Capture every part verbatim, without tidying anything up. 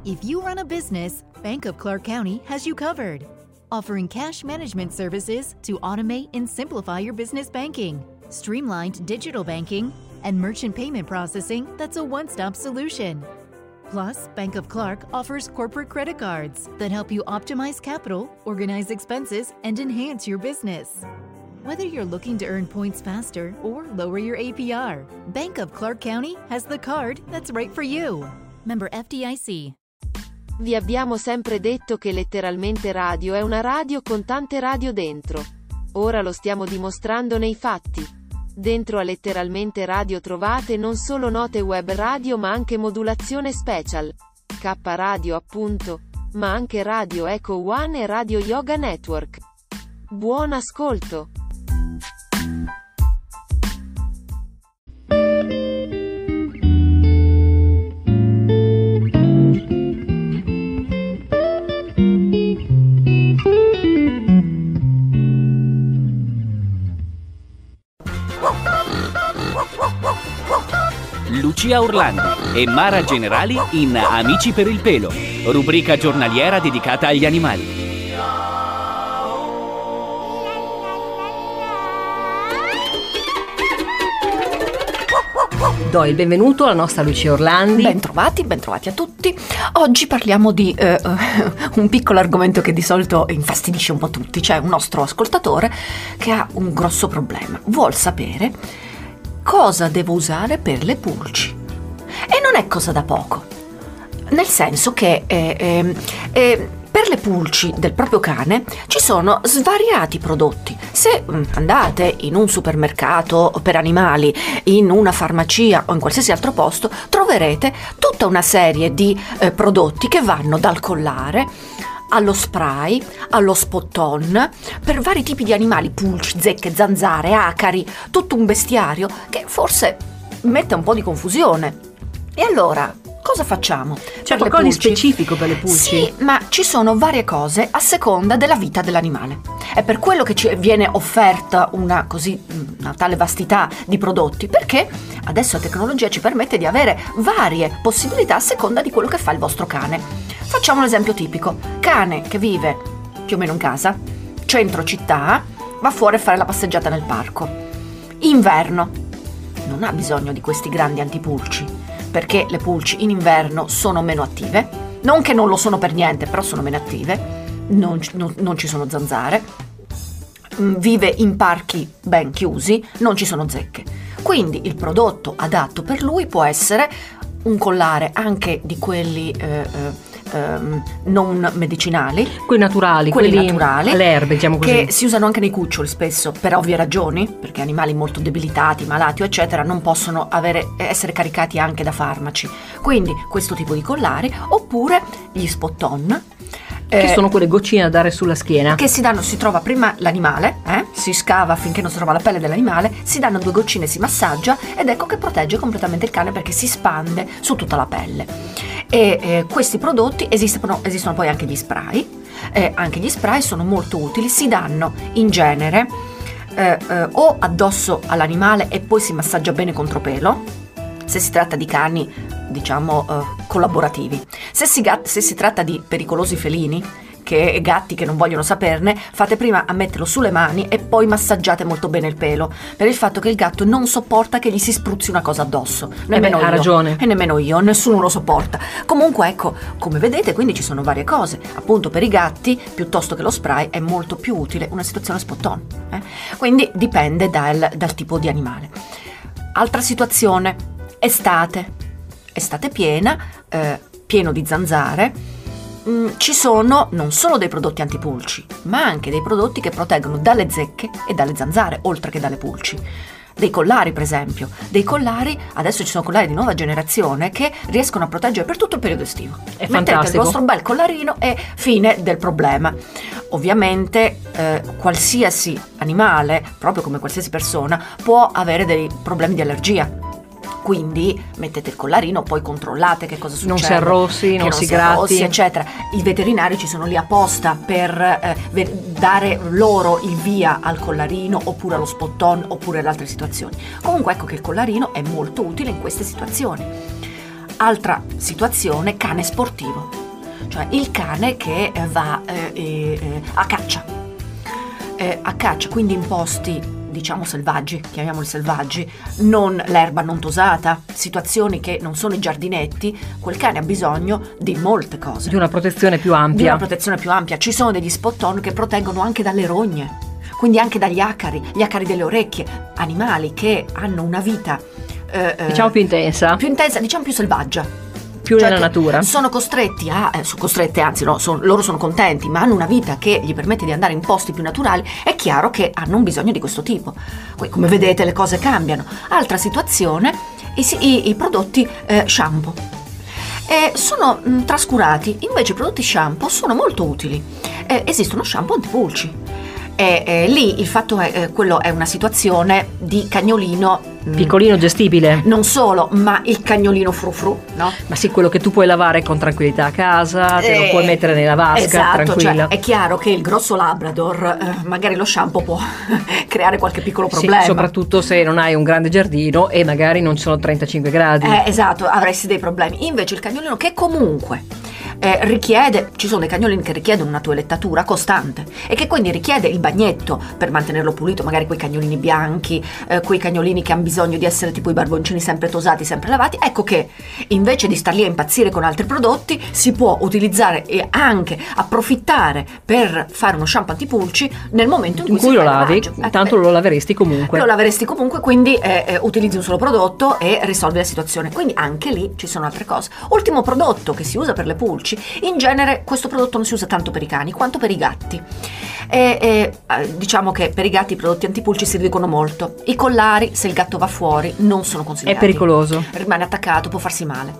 If you run a business, Bank of Clark County has you covered. Offering cash management services to automate and simplify your business banking, streamlined digital banking, and merchant payment processing that's a one-stop solution. Plus, Bank of Clark offers corporate credit cards that help you optimize capital, organize expenses, and enhance your business. Whether you're looking to earn points faster or lower your A P R, Bank of Clark County has the card that's right for you. Member F D I C. Vi abbiamo sempre detto che Letteralmente Radio è una radio con tante radio dentro. Ora lo stiamo dimostrando nei fatti. Dentro a Letteralmente Radio trovate non solo note web radio ma anche modulazione special. K Radio appunto. Ma anche Radio Echo One e Radio Yoga Network. Buon ascolto! Lucia Orlandi e Mara Generali in Amici per il pelo, rubrica giornaliera dedicata agli animali. Do il benvenuto alla nostra Lucia Orlandi. Bentrovati, bentrovati a tutti. Oggi parliamo di eh, un piccolo argomento che di solito infastidisce un po' tutti. C'è un nostro ascoltatore che ha un grosso problema. Vuol sapere cosa devo usare per le pulci. E non è cosa da poco. Nel senso che eh, eh, eh, per le pulci del proprio cane ci sono svariati prodotti. Se andate in un supermercato per animali, in una farmacia o in qualsiasi altro posto, troverete tutta una serie di eh, prodotti che vanno dal collare allo spray, allo spot-on, per vari tipi di animali, pulci, zecche, zanzare, acari, tutto un bestiario che forse mette un po' di confusione. E allora, cosa facciamo? C'è qualcosa di specifico per le pulci? Sì, ma ci sono varie cose a seconda della vita dell'animale. È per quello che ci viene offerta una così una tale vastità di prodotti, perché adesso la tecnologia ci permette di avere varie possibilità a seconda di quello che fa il vostro cane. Facciamo un esempio tipico. Cane che vive più o meno in casa, centro città, va fuori a fare la passeggiata nel parco. Inverno. Non ha bisogno di questi grandi antipulci, perché le pulci in inverno sono meno attive. Non che non lo sono per niente, però sono meno attive. Non, non, non ci sono zanzare. Vive in parchi ben chiusi, non ci sono zecche. Quindi il prodotto adatto per lui può essere un collare anche di quelli eh, eh, Um, non medicinali, quelli naturali, quelli, quelli naturali alle erbe, diciamo così, che si usano anche nei cuccioli spesso per ovvie ragioni, perché animali molto debilitati, malati o eccetera non possono avere, essere caricati anche da farmaci. Quindi questo tipo di collari, oppure gli spot-on, che eh, sono quelle goccine da dare sulla schiena, che si danno, si trova prima l'animale, eh? si scava finché non si trova la pelle dell'animale, si danno due goccine, si massaggia ed ecco che protegge completamente il cane perché si spande su tutta la pelle. E eh, questi prodotti esistono, esistono poi anche gli spray, eh, anche gli spray sono molto utili, si danno in genere eh, eh, o addosso all'animale e poi si massaggia bene contropelo, se si tratta di cani diciamo eh, collaborativi. Se si, se si tratta di pericolosi felini, che gatti che non vogliono saperne, fate prima a metterlo sulle mani e poi massaggiate molto bene il pelo, per il fatto che il gatto non sopporta che gli si spruzzi una cosa addosso, nemmeno eh beh, io, ha ragione. e nemmeno io, nessuno lo sopporta. Comunque ecco, come vedete, quindi ci sono varie cose. Appunto per i gatti, piuttosto che lo spray, è molto più utile una situazione spot-on, eh? Quindi dipende dal, dal tipo di animale. Altra situazione, estate, estate piena, eh, pieno di zanzare. Mm, ci sono non solo dei prodotti antipulci, ma anche dei prodotti che proteggono dalle zecche e dalle zanzare, oltre che dalle pulci. Dei collari, per esempio. Dei collari, adesso ci sono collari di nuova generazione che riescono a proteggere per tutto il periodo estivo. È Mettete fantastico. il vostro bel collarino e fine del problema. Ovviamente eh, qualsiasi animale, proprio come qualsiasi persona, può avere dei problemi di allergia. Quindi mettete il collarino, poi controllate che cosa succede, non si arrossi, non, non si si gratti, arrossi, eccetera. I veterinari ci sono lì apposta per eh, dare loro il via al collarino oppure allo spot-on oppure ad altre situazioni. Comunque ecco che il collarino è molto utile in queste situazioni. Altra situazione, cane sportivo, cioè il cane che eh, va eh, eh, a caccia, eh, a caccia, quindi in posti diciamo selvaggi, chiamiamoli selvaggi, non l'erba non tosata, situazioni che non sono i giardinetti. Quel cane ha bisogno di molte cose, Di una protezione più ampia. di una protezione più ampia. Ci sono degli spot-on che proteggono anche dalle rogne, quindi anche dagli acari, gli acari delle orecchie, animali che hanno una vita eh, Diciamo più intensa. più intensa, diciamo più selvaggia. Più Cioè nella che natura. sono costretti a, eh, sono costrette, anzi no, son- loro sono contenti, ma hanno una vita che gli permette di andare in posti più naturali. È chiaro che hanno un bisogno di questo tipo. Poi, come vedete, le cose cambiano. Altra situazione, i, si- i- i prodotti eh, shampoo. E sono mh, trascurati, invece i prodotti shampoo sono molto utili. Eh, esistono shampoo antipulci. E eh, lì il fatto è, eh, quello è una situazione di cagnolino mh, Piccolino, gestibile. non solo, ma il cagnolino frufru, no? Ma sì, quello che tu puoi lavare con tranquillità a casa, te lo Eh, puoi mettere nella vasca, esatto, tranquilla. cioè, è chiaro che il grosso Labrador, eh, magari lo shampoo può creare qualche piccolo Sì, problema. soprattutto se non hai un grande giardino e magari non ci sono trentacinque gradi. Eh, esatto, avresti dei problemi. Invece il cagnolino che comunque eh, richiede, ci sono dei cagnolini che richiedono una toilettatura costante e che quindi richiede il bagnetto per mantenerlo pulito, magari quei cagnolini bianchi, eh, quei cagnolini che hanno bisogno di essere tipo i barboncini sempre tosati, sempre lavati. Ecco che invece di star lì a impazzire con altri prodotti si può utilizzare e anche approfittare per fare uno shampoo antipulci nel momento in cui, in cui si lo fa il lavi, lavaggio. Ecco, tanto beh, lo laveresti comunque. lo laveresti comunque, quindi eh, eh, utilizzi un solo prodotto e risolvi la situazione. Quindi anche lì ci sono altre cose. Ultimo prodotto che si usa per le pulci, in genere questo prodotto non si usa tanto per i cani quanto per i gatti. E, e, eh, diciamo che per i gatti i prodotti antipulci si riducono molto. I collari, se il gatto va fuori, non sono È consigliati. pericoloso. Rimane attaccato, può farsi male.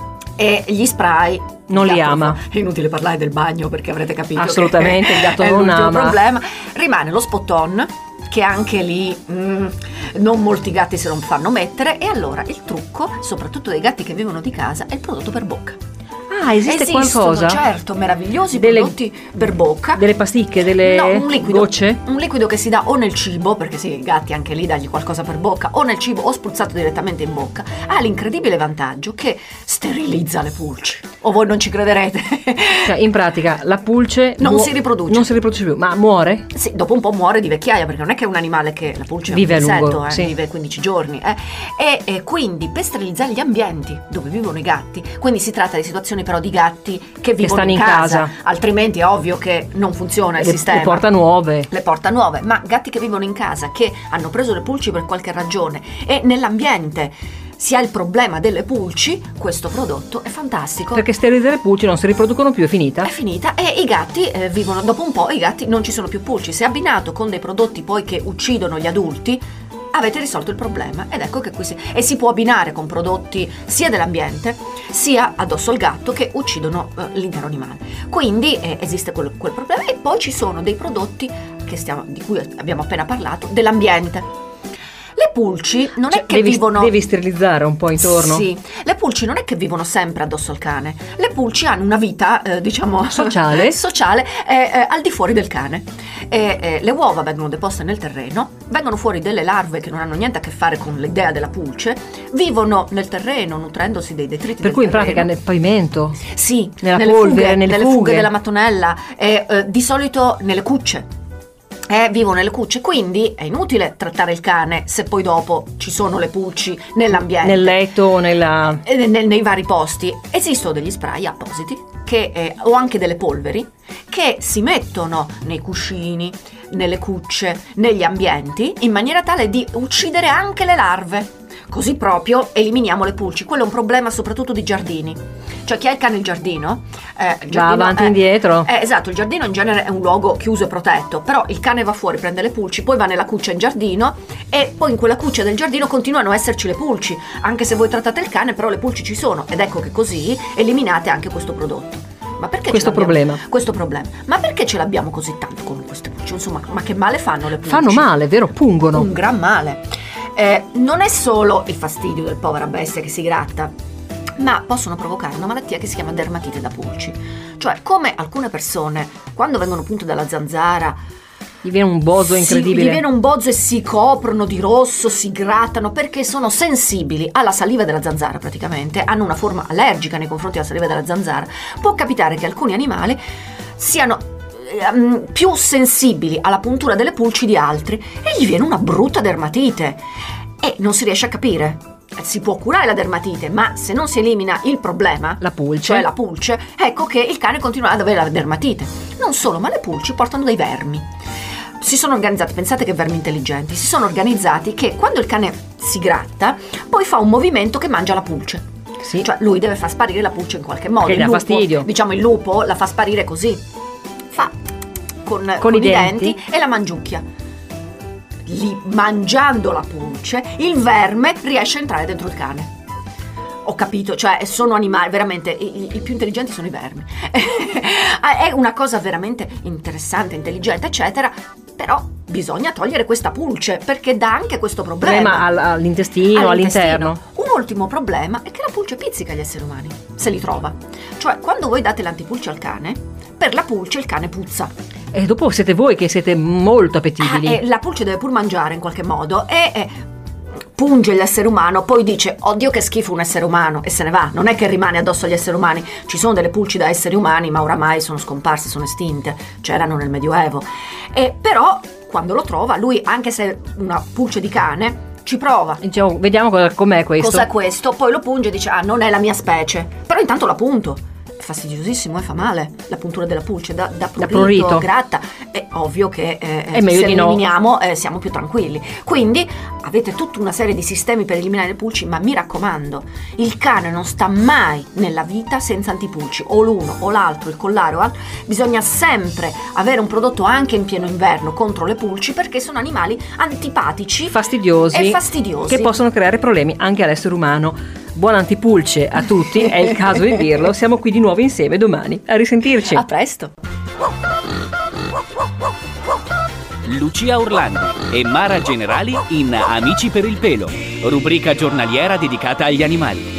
E gli spray Non il li gatto ama. lo fa- È inutile parlare del bagno perché avrete capito che Assolutamente, il gatto è non l'ultimo ama. problema. Rimane lo spot-on, che anche lì mm, non molti gatti se lo fanno mettere. E allora il trucco, soprattutto dei gatti che vivono di casa, è il prodotto per bocca. Ah, esiste Esistono, qualcosa? certo, meravigliosi Delle- prodotti per bocca. Delle pasticche, delle No, un liquido, gocce? un liquido che si dà o nel cibo, perché sì, i gatti anche lì dagli qualcosa per bocca, o nel cibo o spruzzato direttamente in bocca. Ha l'incredibile vantaggio che sterilizza le pulci. O voi non ci crederete? Cioè, in pratica la pulce Non muo- si riproduce. Non si riproduce più, ma muore? Sì, dopo un po' muore di vecchiaia, perché non è che è un animale che la pulce è Vive a un insetto, lungo, eh, sì. vive quindici giorni. eh. E, e quindi per sterilizzare gli ambienti dove vivono i gatti, quindi si tratta di situazioni però di gatti che vivono stanno in in casa, casa. altrimenti è ovvio che non funziona il Le, sistema. le porta nuove. Le porta nuove, ma gatti che vivono in casa, che hanno preso le pulci per qualche ragione e nell'ambiente si ha il problema delle pulci, questo prodotto è fantastico. Perché sterilizzare le pulci non si riproducono più, è finita. È finita e i gatti eh, vivono, dopo un po' i gatti non ci sono più pulci. Se abbinato con dei prodotti poi che uccidono gli adulti, avete risolto il problema. Ed ecco che qui si, e si può abbinare con prodotti sia dell'ambiente sia addosso al gatto che uccidono eh, l'intero animale. Quindi eh, esiste quel, quel problema. E poi ci sono dei prodotti che stiamo, di cui abbiamo appena parlato, dell'ambiente. Le pulci non Cioè, è che devi, vivono... devi sterilizzare un po' intorno. Sì, le pulci non è che vivono sempre addosso al cane. Le pulci hanno una vita, eh, diciamo, Sociale. sociale eh, eh, al di fuori del cane. E, eh, le uova vengono deposte nel terreno, vengono fuori delle larve che non hanno niente a che fare con l'idea della pulce, vivono nel terreno nutrendosi dei detriti Per del cui in terreno. pratica nel pavimento. Sì, nella nelle polvere, fughe, nelle nelle fughe. fughe della mattonella, e eh, di solito nelle cucce. Eh, vivono nelle cucce, quindi è inutile trattare il cane se poi dopo ci sono le pulci nell'ambiente. Nel letto o nella... E ne- ne- nei vari posti. Esistono degli spray appositi che, eh, o anche delle polveri che si mettono nei cuscini, nelle cucce, negli ambienti in maniera tale di uccidere anche le larve. Così proprio eliminiamo le pulci. Quello è un problema soprattutto di giardini. Cioè chi ha il cane in giardino, eh, il Va giardino avanti e è- indietro. eh, esatto, il giardino in genere è un luogo chiuso e protetto, però il cane va fuori, prende le pulci, poi va nella cuccia in giardino e poi in quella cuccia del giardino continuano a esserci le pulci. Anche se voi trattate il cane, però le pulci ci sono, ed ecco che così eliminate anche questo prodotto. Ma perché Questo ce l'abbiamo- problema. Questo problema. Ma perché ce l'abbiamo così tanto con queste pulci? Insomma, ma che male fanno le pulci? Fanno male, vero? Pungono. Un gran male. Eh, non è solo il fastidio del povera bestia che si gratta, ma possono provocare una malattia che si chiama dermatite da pulci. Cioè, come alcune persone, quando vengono punte dalla zanzara, Gli viene un bozo incredibile. Si, gli viene un bozo e si coprono di rosso, si grattano perché sono sensibili alla saliva della zanzara praticamente, hanno una forma allergica nei confronti della saliva della zanzara. Può capitare che alcuni animali siano ehm, più sensibili alla puntura delle pulci di altri e gli viene una brutta dermatite e non si riesce a capire. Si può curare la dermatite, ma se non si elimina il problema, la pulce, cioè la pulce, ecco che il cane continua ad avere la dermatite. Non solo, ma le pulci portano dei vermi. Si sono organizzati, pensate che vermi intelligenti, si sono organizzati che quando il cane si gratta, poi fa un movimento che mangia la pulce. Sì. Cioè lui deve far sparire la pulce in qualche modo. Che il dà lupo, fastidio. Diciamo il lupo la fa sparire così. Fa con, con, con i, i denti. denti e la mangiucchia. Lì, mangiando la pulce, il verme riesce a entrare dentro il cane. Ho capito, cioè sono animali, veramente, i, i più intelligenti sono i vermi. È una cosa veramente interessante, intelligente, eccetera, però bisogna togliere questa pulce, perché dà anche questo problema. Problema all- all'intestino, all'intestino, all'interno. Un ultimo problema è che la pulce pizzica gli esseri umani, se li trova. Cioè, quando voi date l'antipulce al cane, per la pulce il cane puzza. E dopo siete voi che siete molto appetibili. Ah, e la pulce deve pur mangiare in qualche modo e... e punge l'essere umano, poi dice oddio che schifo un essere umano e se ne va. Non è che rimane addosso agli esseri umani. Ci sono delle pulci da esseri umani, ma oramai sono scomparse, sono estinte, c'erano nel Medioevo. E però quando lo trova, lui, anche se è una pulce di cane, ci prova. Diciamo, vediamo com'è questo. Cos'è questo? Poi lo punge e dice ah, non è la mia specie. Però intanto la punto. È fastidiosissimo, e fa male la puntura della pulce, da, da, prurito, da prurito, gratta. È ovvio che eh, è meglio se di lo no. eliminiamo eh, siamo più tranquilli. Quindi avete tutta una serie di sistemi per eliminare le pulci, ma mi raccomando, il cane non sta mai nella vita senza antipulci, o l'uno o l'altro, il collare o altro. Bisogna sempre avere un prodotto anche in pieno inverno contro le pulci, perché sono animali antipatici, fastidiosi, e fastidiosi, che possono creare problemi anche all'essere umano. Buon antipulce a tutti, è il caso di dirlo. Siamo qui di nuovo insieme domani. A risentirci. A presto. Lucia Orlandi e Mara Generali in Amici per il pelo, rubrica giornaliera dedicata agli animali.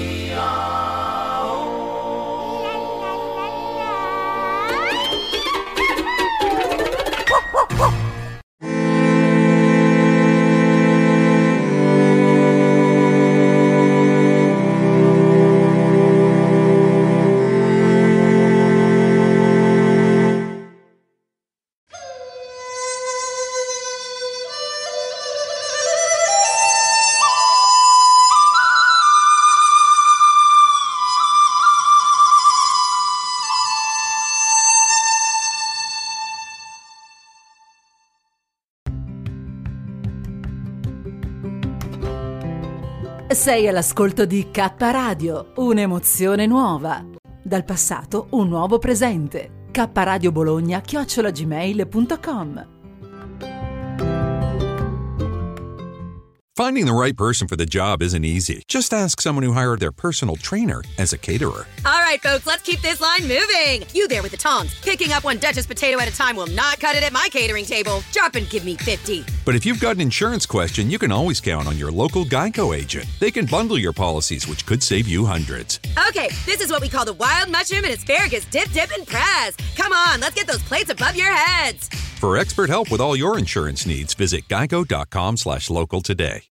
Sei all'ascolto di K Radio, un'emozione nuova. Dal passato un nuovo presente. K Radio Bologna chiocciola gmail punto com. Finding the right person for the job isn't easy. Just ask someone who hired their personal trainer as a caterer. All right, folks, let's keep this line moving. You there with the tongs. Picking up one Duchess potato at a time will not cut it at my catering table. Drop and give me fifty. But if you've got an insurance question, you can always count on your local Geico agent. They can bundle your policies, which could save you hundreds. Okay, this is what we call the wild mushroom and asparagus dip, dip, and press. Come on, let's get those plates above your heads. For expert help with all your insurance needs, visit geico dot com slash local today.